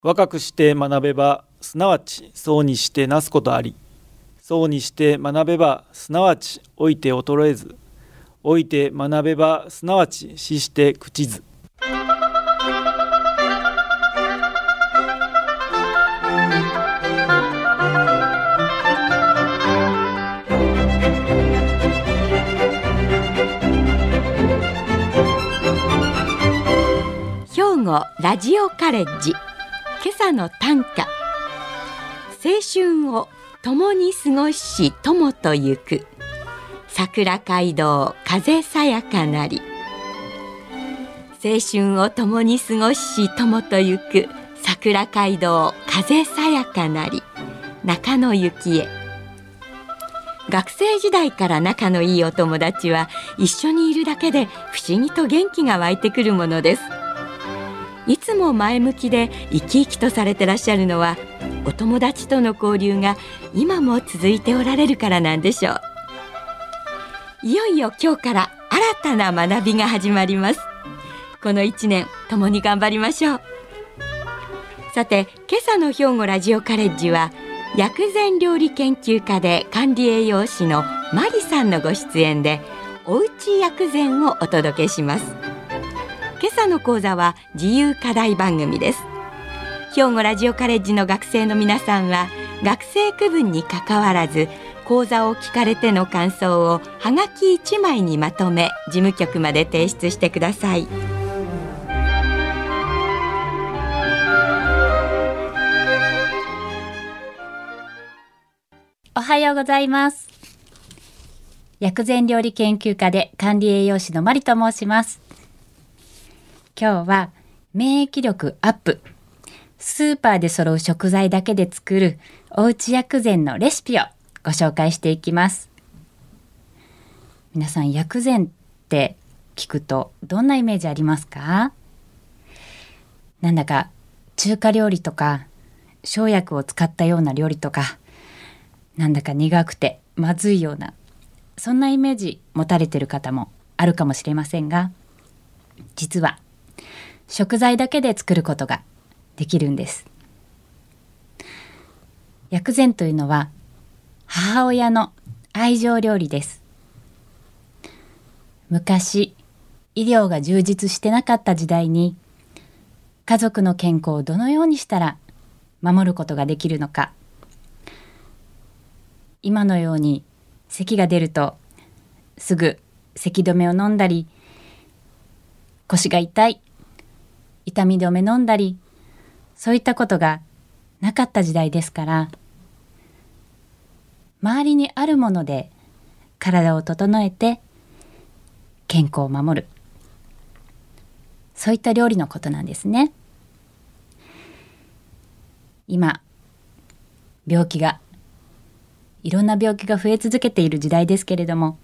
若くして学べば、すなわちそうにしてなすことあり。そうにして学べば、すなわち老いて衰えず。老いて学べば、すなわち死して朽ちず。 兵庫ラジオカレッジ、今朝の短歌。青春を共に過ごし友と行く、桜街道風さやかなり。青春を共に過ごし友と行く、桜街道風さやかなり。中野幸恵。学生時代から仲のいいお友達は一緒にいるだけで不思議と元気が湧いてくるものです。いつも前向きで生き生きとされてらっしゃるのは、お友達との交流が今も続いておられるからなんでしょう。いよいよ今日から新たな学びが始まります。この1年共に頑張りましょう。さて、今朝の兵庫ラジオカレッジは、薬膳料理研究家で管理栄養士のマリさんのご出演で、おうち薬膳をお届けします。今朝の講座は自由課題番組です。兵庫ラジオカレッジの学生の皆さんは、学生区分にかかわらず講座を聞かれての感想をはがき1枚にまとめ、事務局まで提出してください。 おはようございます。薬膳料理研究家で管理栄養士のマリと申します。今日は免疫力アップ、スーパーで揃う食材だけで作るおうち薬膳のレシピをご紹介していきます。皆さん、薬膳って聞くとどんなイメージありますか？なんだか中華料理とか生薬を使ったような料理とか、なんだか苦くてまずいような、そんなイメージ持たれている方もあるかもしれませんが、実は食材だけで作ることができるんです。薬膳というのは母親の愛情料理です。昔、医療が充実してなかった時代に、家族の健康をどのようにしたら守ることができるのか。今のように咳が出るとすぐ咳止めを飲んだり、腰が痛い、痛み止め飲んだり、そういったことがなかった時代ですから、周りにあるもので体を整えて健康を守る、そういった料理のことなんですね。今、いろんな病気が増え続けている時代ですけれども、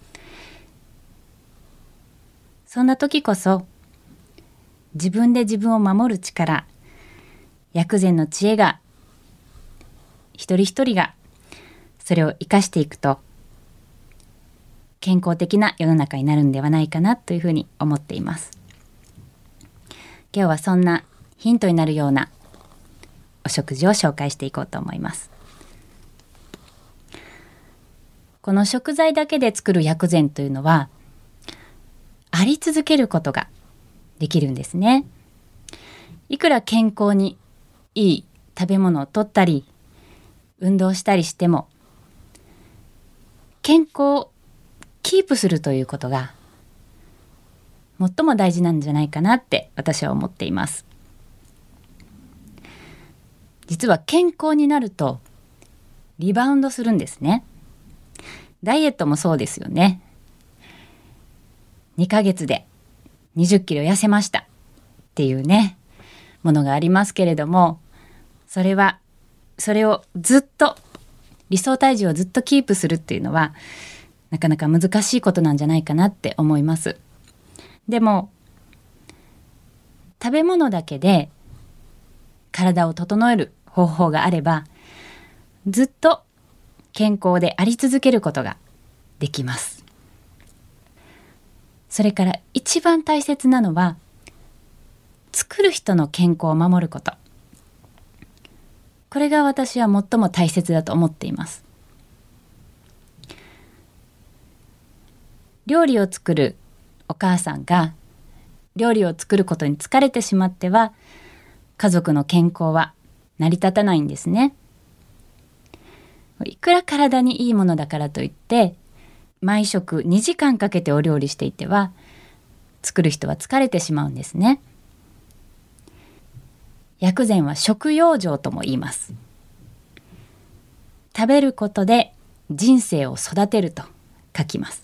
そんな時こそ自分で自分を守る力、薬膳の知恵が、一人一人がそれを生かしていくと健康的な世の中になるんではないかなというふうに思っています。今日はそんなヒントになるようなお食事を紹介していこうと思います。この食材だけで作る薬膳というのは、あり続けることができるんですね。いくら健康にいい食べ物をとったり運動したりしても、健康をキープするということが最も大事なんじゃないかなって私は思っています。実は健康になるとリバウンドするんですね。ダイエットもそうですよね。2ヶ月で20キロ痩せましたっていうね、ものがありますけれども、それをずっと、理想体重をずっとキープするっていうのはなかなか難しいことなんじゃないかなって思います。でも食べ物だけで体を整える方法があれば、ずっと健康であり続けることができます。それから一番大切なのは、作る人の健康を守ること。 これが私は最も大切だと思っています。料理を作るお母さんが料理を作ることに疲れてしまっては家族の健康は成り立たないんですね。いくら体にいいものだからといって毎食2時間かけてお料理していては作る人は疲れてしまうんですね。薬膳は食養生とも言います。食べることで人生を育てると書きます。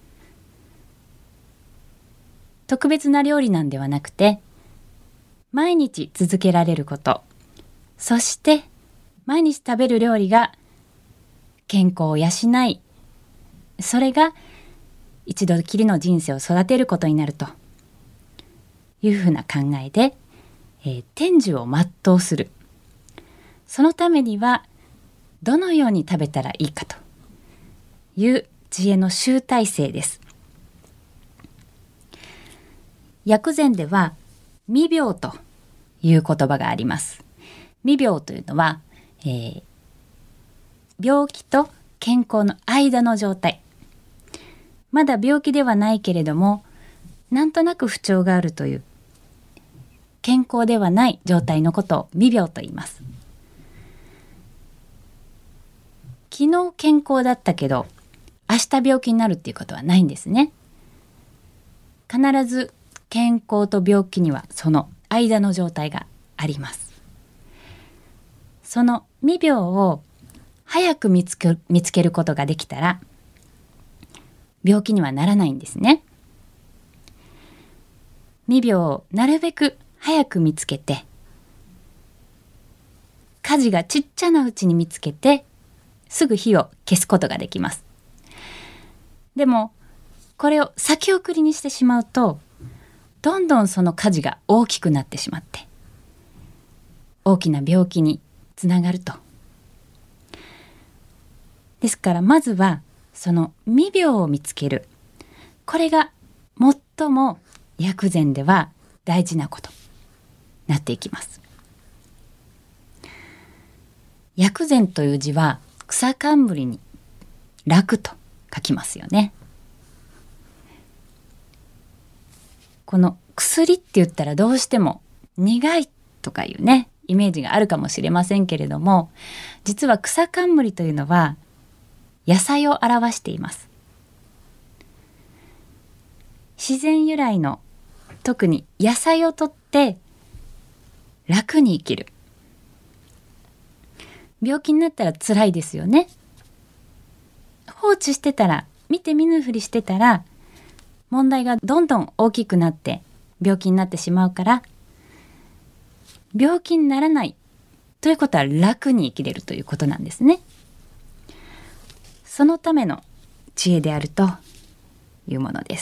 特別な料理なんではなくて毎日続けられること、そして毎日食べる料理が健康を養い、それが一度きりの人生を育てることになるというふうな考えで、天寿を全うする。そのためにはどのように食べたらいいかという知恵の集大成です。薬膳では未病という言葉があります。未病というのは、病気と健康の間の状態。まだ病気ではないけれどもなんとなく不調があるという健康ではない状態のことを未病と言います。昨日健康だったけど明日病気になるっていうことはないんですね。必ず健康と病気にはその間の状態があります。その未病を早く見つけることができたら病気にはならないんですね。未病をなるべく早く見つけて、火事がちっちゃなうちに見つけてすぐ火を消すことができます。でもこれを先送りにしてしまうとどんどんその火事が大きくなってしまって大きな病気につながると。ですからまずはその未病を見つける。これが最も薬膳では大事なことになっていきます。薬膳という字は草冠に楽と書きますよね。この薬って言ったらどうしても苦いとかいうねイメージがあるかもしれませんけれども、実は草冠というのは野菜を表しています。自然由来の特に野菜をとって楽に生きる。病気になったら辛いですよね。放置してたら見て見ぬふりしてたら問題がどんどん大きくなって病気になってしまうから、病気にならないということは楽に生きれるということなんですね。そのための知恵であるというものです。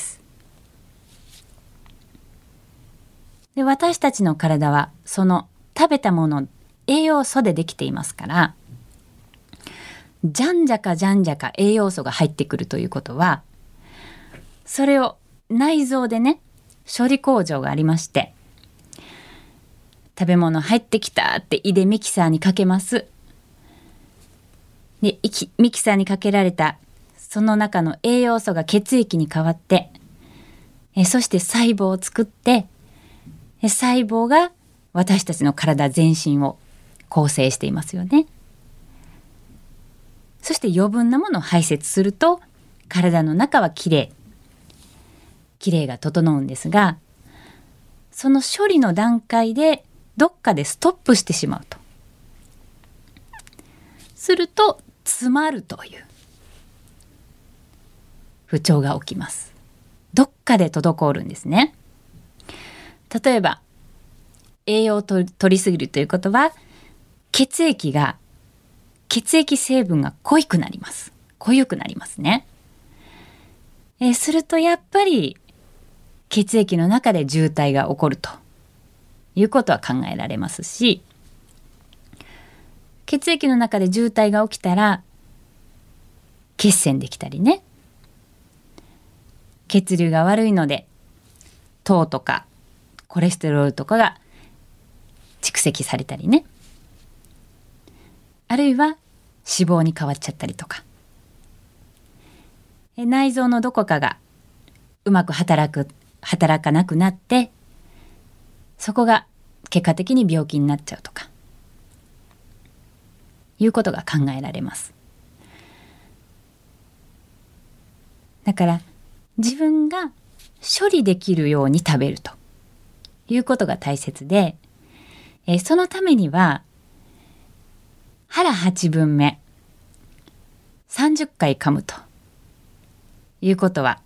で、私たちの体はその食べたもの栄養素でできていますから、じゃんじゃか栄養素が入ってくるということは、それを内臓でね処理工場がありまして、食べ物入ってきたって胃でミキサーにかけます。でミキサーにかけられたその中の栄養素が血液に変わって、そして細胞を作って、細胞が私たちの体全身を構成していますよね。そして余分なものを排泄すると体の中はきれいが整うんですが、その処理の段階でどっかでストップしてしまうとすると詰まるという不調が起きます。どっかで滞るんですね。例えば栄養を取りすぎるということは血液成分が濃ゆくなりますね。するとやっぱり血液の中で渋滞が起こるということは考えられますし、血液の中で渋滞が起きたら血栓できたりね、血流が悪いので糖とかコレステロールとかが蓄積されたりね、 あるいは脂肪に変わっちゃったりとか、内臓のどこかがうまく働かなくなって、そこが結果的に病気になっちゃうとかいうことが考えられます。だから自分が処理できるように食べるということが大切で、そのためには腹8分目30回噛むということは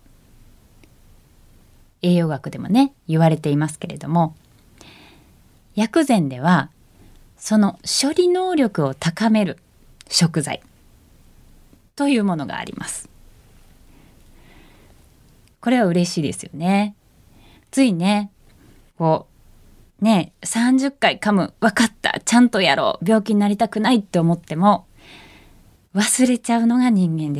栄養学でもね言われていますけれども、薬膳ではその処理能力を高める食材というものがあります。これは嬉しいですよね。ついね30回噛む、分かった、ちゃんとやろう、病気になりたくないって思っても忘れちゃうのが人間です。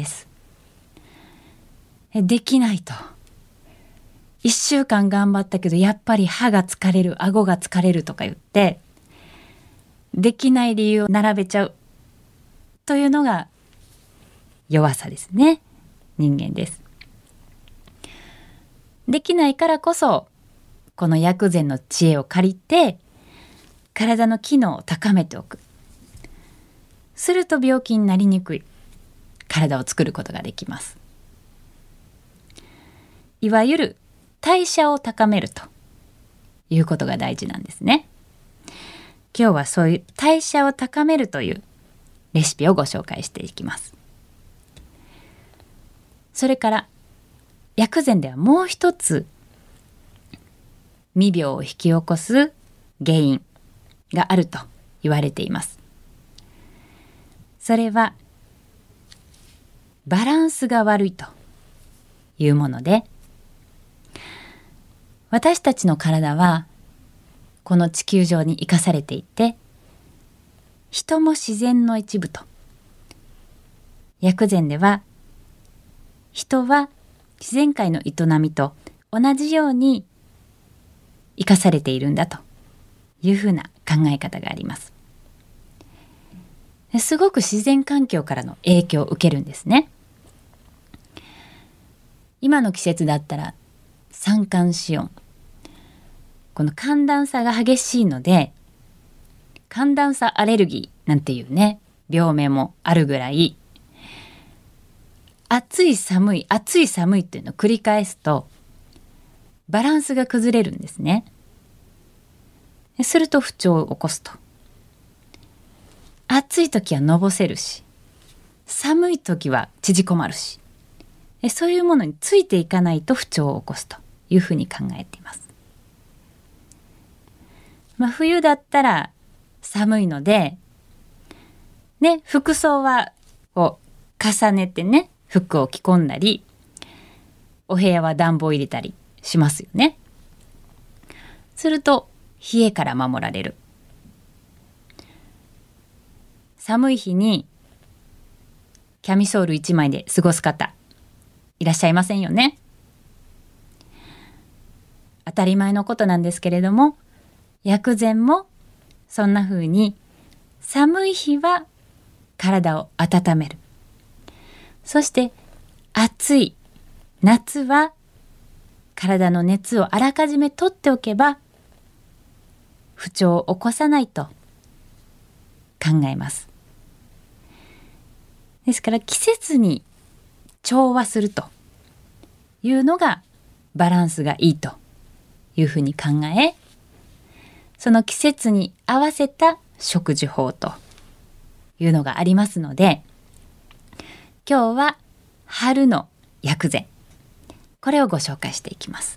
できないと、1週間頑張ったけどやっぱり歯が疲れる、顎が疲れるとか言ってできない理由を並べちゃうというのが弱さですね。人間です。できないからこそこの薬膳の知恵を借りて体の機能を高めておく。すると病気になりにくい体を作ることができます。いわゆる代謝を高めるということが大事なんですね。今日はそういう代謝を高めるというレシピをご紹介していきます。それから薬膳ではもう一つ未病を引き起こす原因があると言われています。それはバランスが悪いというもので、私たちの体はこの地球上に生かされていて、人も自然の一部と、薬膳では人は自然界の営みと同じように生かされているんだというふうな考え方があります。すごく自然環境からの影響を受けるんですね。今の季節だったら三寒四温、この寒暖差が激しいので寒暖差アレルギーなんていうね病名もあるぐらい、暑い寒い暑い寒いっていうのを繰り返すとバランスが崩れるんですね。すると不調を起こすと。暑い時はのぼせるし、寒い時は縮こまるし、そういうものについていかないと不調を起こすというふうに考えています。冬だったら寒いのでね、服装は重ねてね服を着込んだり、お部屋は暖房入れたりしますよね。すると冷えから守られる。寒い日にキャミソール1枚で過ごす方いらっしゃいませんよね。当たり前のことなんですけれども、薬膳もそんな風に寒い日は体を温める。そして暑い夏は体の熱をあらかじめ取っておけば不調を起こさないと考えます。ですから季節に調和するというのがバランスがいいというふうに考え、その季節に合わせた食事法というのがありますので、今日は春の薬膳、これをご紹介していきます。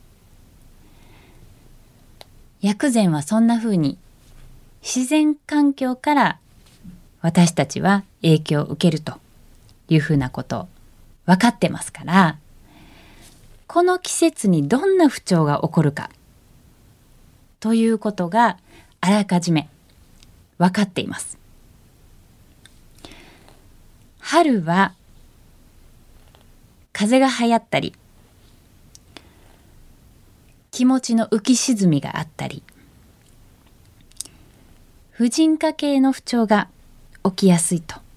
薬膳はそんな風に自然環境から私たちは影響を受けるというふうなこと分かってますから、この季節にどんな不調が起こるかということがあらかじめ分かっています。春は風邪が流行ったり、気持ちの浮き沈みがあったり、婦人科系の不調が起きやすいと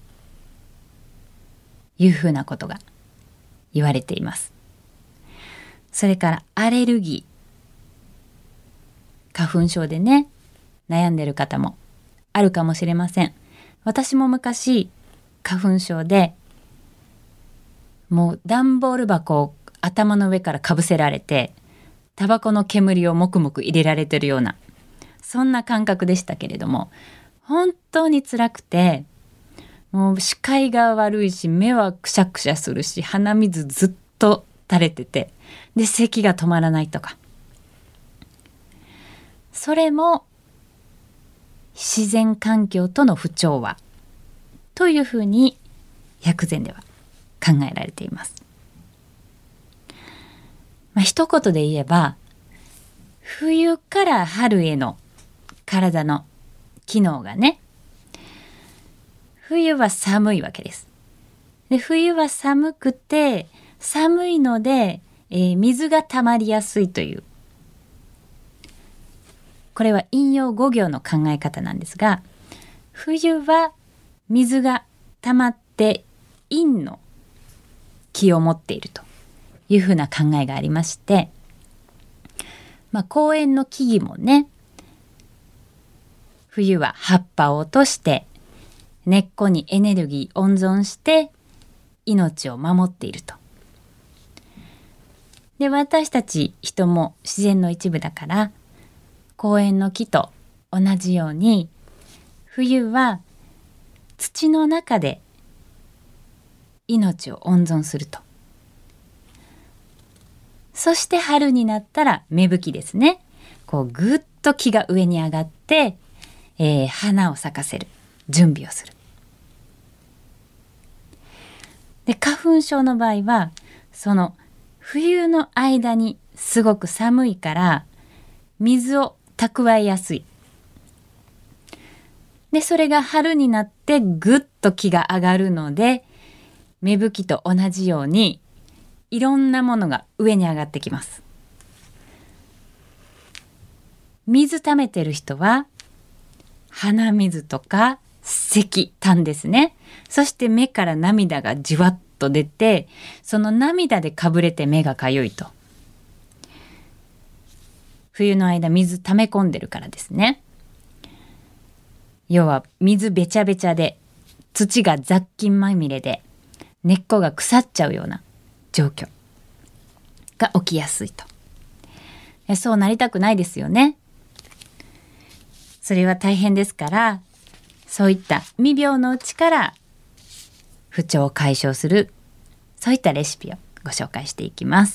いうふうなことが言われています。それからアレルギー、花粉症でね悩んでる方もあるかもしれません。私も昔花粉症でもう段ボール箱を頭の上からかぶせられてタバコの煙をもくもく入れられてるようなそんな感覚でしたけれども、本当に辛くてもう視界が悪いし目はくしゃくしゃするし鼻水ずっと垂れててで咳が止まらないとか、それも自然環境との不調和というふうに薬膳では考えられています。一言で言えば冬から春への体の機能がね、冬は寒いわけです。で冬は寒くて寒いので、水が溜まりやすいという、これは陰陽五行の考え方なんですが、冬は水が溜まって陰の気を持っているというふうな考えがありまして、公園の木々もね、冬は葉っぱを落として根っこにエネルギーを温存して命を守っていると。で私たち人も自然の一部だから公園の木と同じように冬は土の中で命を温存すると。そして春になったら芽吹きですね。こうぐっと木が上に上がって、花を咲かせる準備をする。で花粉症の場合はその冬の間にすごく寒いから水を蓄えやすい。でそれが春になってぐっと木が上がるので芽吹きと同じようにいろんなものが上に上がってきます。水溜めてる人は鼻水とか咳痰ですね。そして目から涙がじわっと出てその涙でかぶれて目がかゆいと。冬の間水溜め込んでるからですね。要は水べちゃべちゃで土が雑菌まみれで根っこが腐っちゃうような状況が起きやすいと。そうなりたくないですよね。それは大変ですから、そういった未病のうちから不調を解消する、そういったレシピをご紹介していきます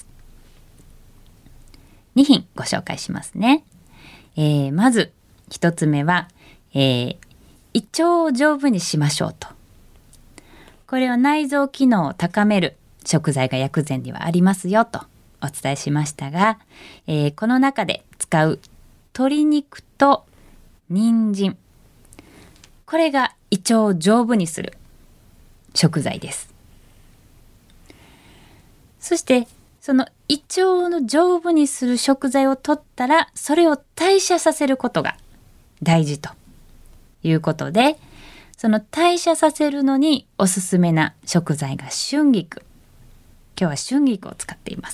。2品ご紹介しますね。まず1つ目は、胃腸を丈夫にしましょうと。これは内臓機能を高める食材が薬膳にはありますよとお伝えしましたが、この中で使う鶏肉と人参、これが胃腸を丈夫にする食材です。そしてその胃腸の丈夫にする食材を取ったらそれを代謝させることが大事ということで、その代謝させるのにおすすめな食材が春菊。今日は春菊を使っています。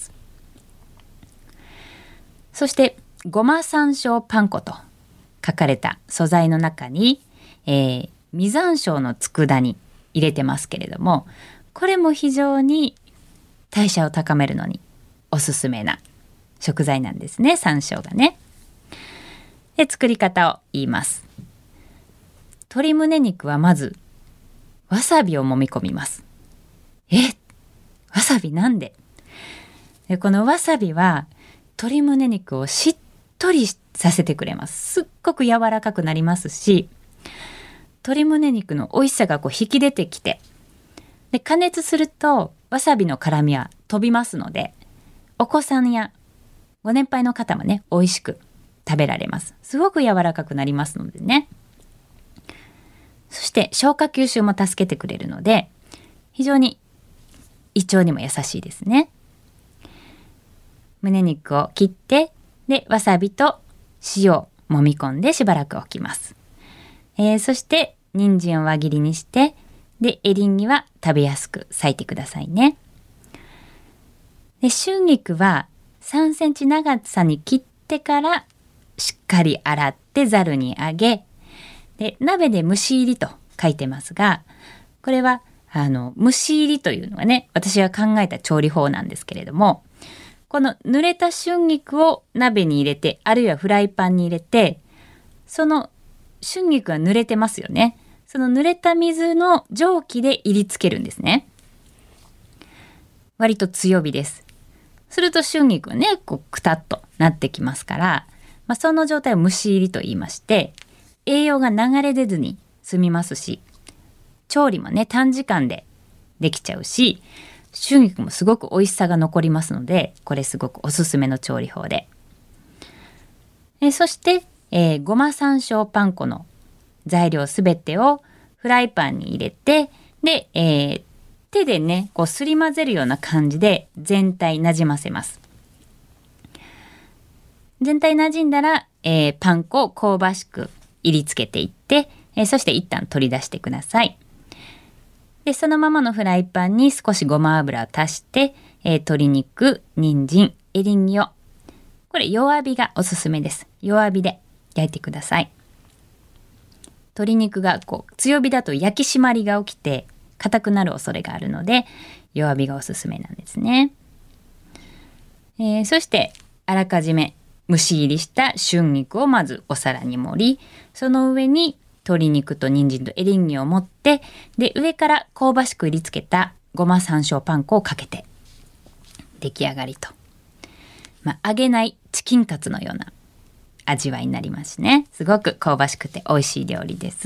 そしてごま山椒パン粉と書かれた素材の中に、実山椒の佃煮入れてますけれども、これも非常に代謝を高めるのにおすすめな食材なんですね、山椒がね。で作り方を言います。鶏胸肉はまずわさびを揉み込みます。わさびなんで？このわさびは鶏胸肉をしっとりさせてくれます。すっごく柔らかくなりますし、鶏胸肉の美味しさが引き出てきて、で加熱するとわさびの辛みは飛びますので、お子さんやご年配の方もね美味しく食べられます。すごく柔らかくなりますのでね。そして消化吸収も助けてくれるので非常に胃腸にも優しいですね。胸肉を切ってでわさびと塩を揉み込んでしばらく置きます。そして、 人参を輪切りにして、でエリンギは食べやすく裂いてくださいね。で春菊は3センチ長さに切ってからしっかり洗ってざるにあげ、で鍋で蒸し入りと書いてますが、これは蒸し入りというのはね、私が考えた調理法なんですけれども、この濡れた春菊を鍋に入れて、あるいはフライパンに入れて、その春菊が濡れてますよね。その濡れた水の蒸気で入りつけるんですね。割と強火です。すると春菊はね、こうくたっとなってきますから、その状態を蒸し入りと言いまして、栄養が流れ出ずに済みますし、調理もね短時間でできちゃうし、春菊もすごく美味しさが残りますので、これすごくおすすめの調理法で、そして、ごま山椒パン粉の材料すべてをフライパンに入れて、で、手でねこうすり混ぜるような感じで全体なじませます。全体なじんだら、パン粉を香ばしく入りつけていって、そして一旦取り出してください。でそのままのフライパンに少しごま油を足して、鶏肉、人参、エリンギを、これ弱火がおすすめです。弱火で焼いてください。鶏肉がこう強火だと焼き締まりが起きて硬くなる恐れがあるので、弱火がおすすめなんですね。そしてあらかじめ蒸し入りした春菊をまずお皿に盛り、その上に鶏肉と人参とエリンギを盛って、で上から香ばしく入りつけたごま山椒パン粉をかけて出来上がりと、揚げないチキンカツのような味わいになりますね。すごく香ばしくて美味しい料理です。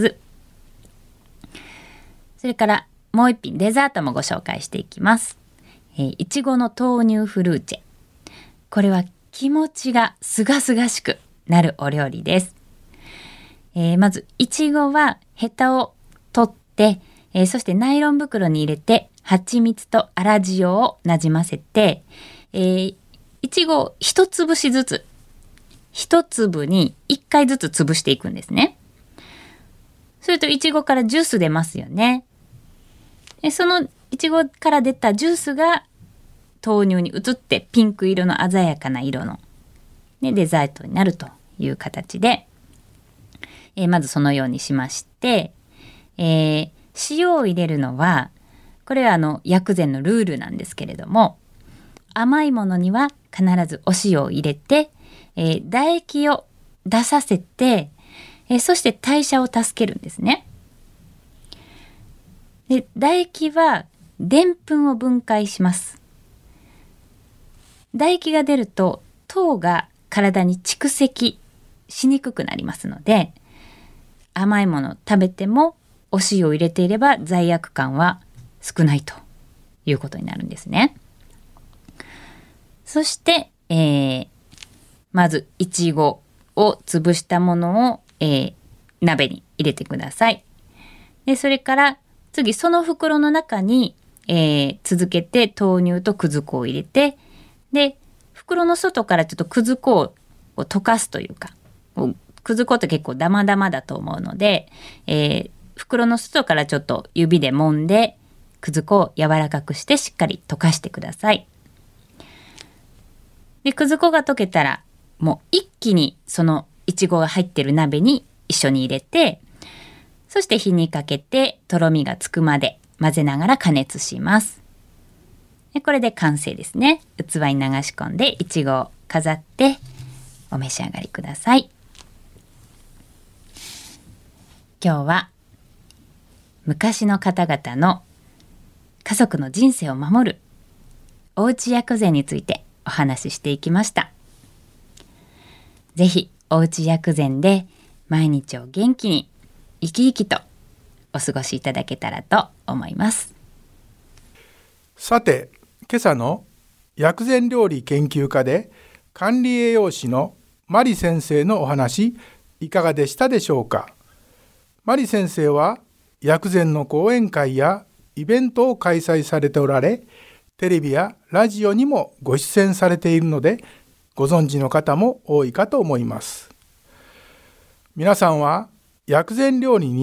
それからもう一品デザートもご紹介していきます。いちごの豆乳フルーチェ。これは気持ちがすがすがしくなるお料理です。まずいちごはヘタを取って、そしてナイロン袋に入れて蜂蜜と粗塩をなじませて、いちごを一粒しずつ、一粒に一回ずつ潰していくんですね。するといちごからジュース出ますよね。そのいちごから出たジュースが豆乳に移ってピンク色の鮮やかな色の、デザートになるという形で、まずそのようにしまして、塩を入れるのは、これは薬膳のルールなんですけれども、甘いものには必ずお塩を入れて、唾液を出させて、そして代謝を助けるんですね。で唾液はでんぷんを分解します。唾液が出ると糖が体に蓄積しにくくなりますので、甘いものを食べてもお塩を入れていれば罪悪感は少ないということになるんですね。そして、まずいちごを潰したものを、鍋に入れてください。でそれから次その袋の中に、続けて豆乳とくず粉を入れて、で袋の外からちょっとくず粉を溶かすというか、くず粉って結構ダマダマだと思うので、袋の外からちょっと指で揉んでくず粉を柔らかくしてしっかり溶かしてください。でくず粉が溶けたらもう一気にそのいちごが入ってる鍋に一緒に入れて、そして火にかけてとろみがつくまで混ぜながら加熱します。でこれで完成ですね。器に流し込んでいちごを飾ってお召し上がりください。今日は昔の方々の家族の人生を守るおうち薬膳についてお話ししていきました。ぜひおうち薬膳で毎日を元気に生き生きとお過ごしいただけたらと思います。 さて、今朝の薬膳料理研究家で管理栄養士のマリ先生のお話、いかがでしたでしょうか。マリ先生は薬膳の講演会やイベントを開催されておられ、テレビやラジオにもご出演されているので、ご存知の方も多いかと思います。皆さんは薬膳料理に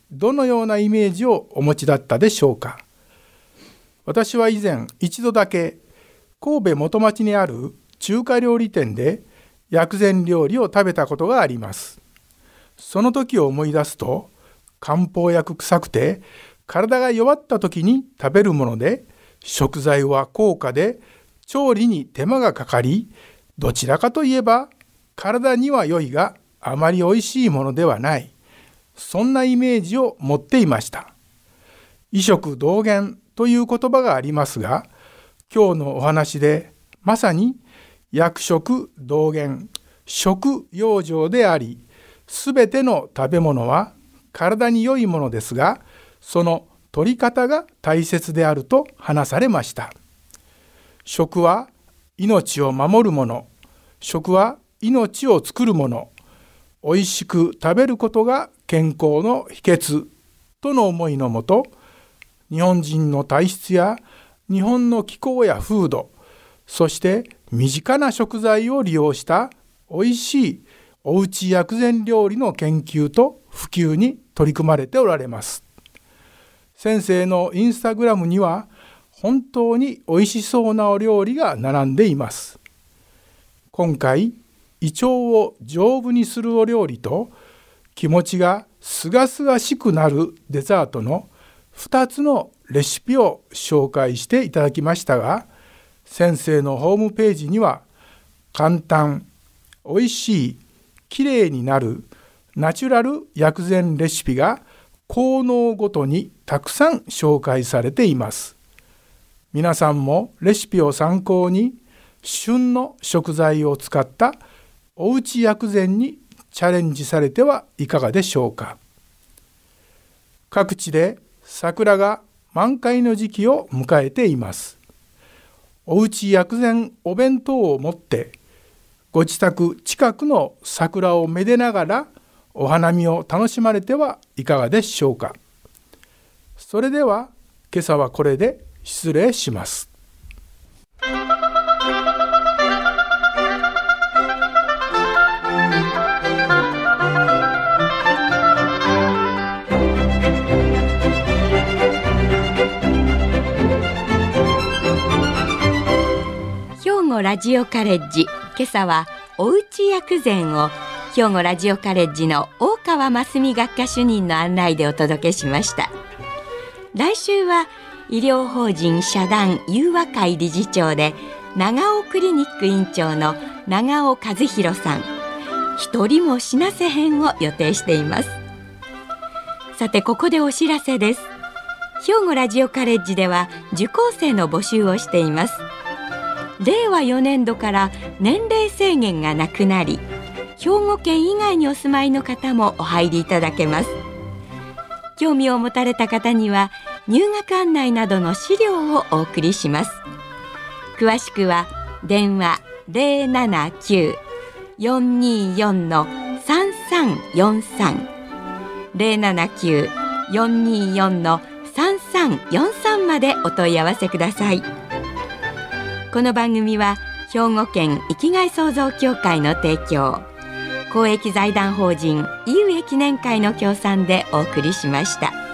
どのようなイメージをお持ちだったでしょうか。私は以前一度だけ神戸元町にある中華料理店で薬膳料理を食べたことがあります。その時を思い出すと、漢方薬臭くて体が弱った時に食べるもので、食材は高価で調理に手間がかかり、どちらかといえば体には良いがあまり美味しいものではない、そんなイメージを持っていました。医食同源という言葉がありますが、今日のお話でまさに薬食同源、食養生であり、すべての食べ物は体に良いものですが、その取り方が大切であると話されました。食は命を守るもの、食は命を作るもの、おいしく食べることが健康の秘訣との思いのもと、日本人の体質や日本の気候や風土、そして身近な食材を利用したおいしいおうち薬膳料理の研究と普及に取り組まれておられます。先生のインスタグラムには本当においしそうなお料理が並んでいます。今回、胃腸を丈夫にするお料理と気持ちがすがすがしくなるデザートの2つのレシピを紹介していただきましたが、先生のホームページには簡単、おいしい、きれいになるナチュラル薬膳レシピが効能ごとにたくさん紹介されています。皆さんもレシピを参考に旬の食材を使ったおうち薬膳にチャレンジされてはいかがでしょうか。各地で桜が満開の時期を迎えています。おうち薬膳お弁当を持ってご自宅近くの桜をめでながらお花見を楽しまれてはいかがでしょうか。それでは今朝はこれで失礼します。 兵庫ラジオカレッジ、今朝はおうち薬膳を兵庫ラジオカレッジの大川真澄学科主任の案内でお届けしました。来週は医療法人社団友和会理事長で長尾クリニック院長の長尾和弘さん、一人も死なせ編を予定しています。さて、ここでお知らせです。兵庫ラジオカレッジでは受講生の募集をしています。令和4年度から年齢制限がなくなり、兵庫県以外にお住まいの方もお入りいただけます。興味を持たれた方には入学案内などの資料をお送りします。詳しくは電話 079-424-3343 079-424-3343までお問い合わせください。この番組は兵庫県生きがい創造協会の提供、公益財団法人井上記念会の協賛でお送りしました。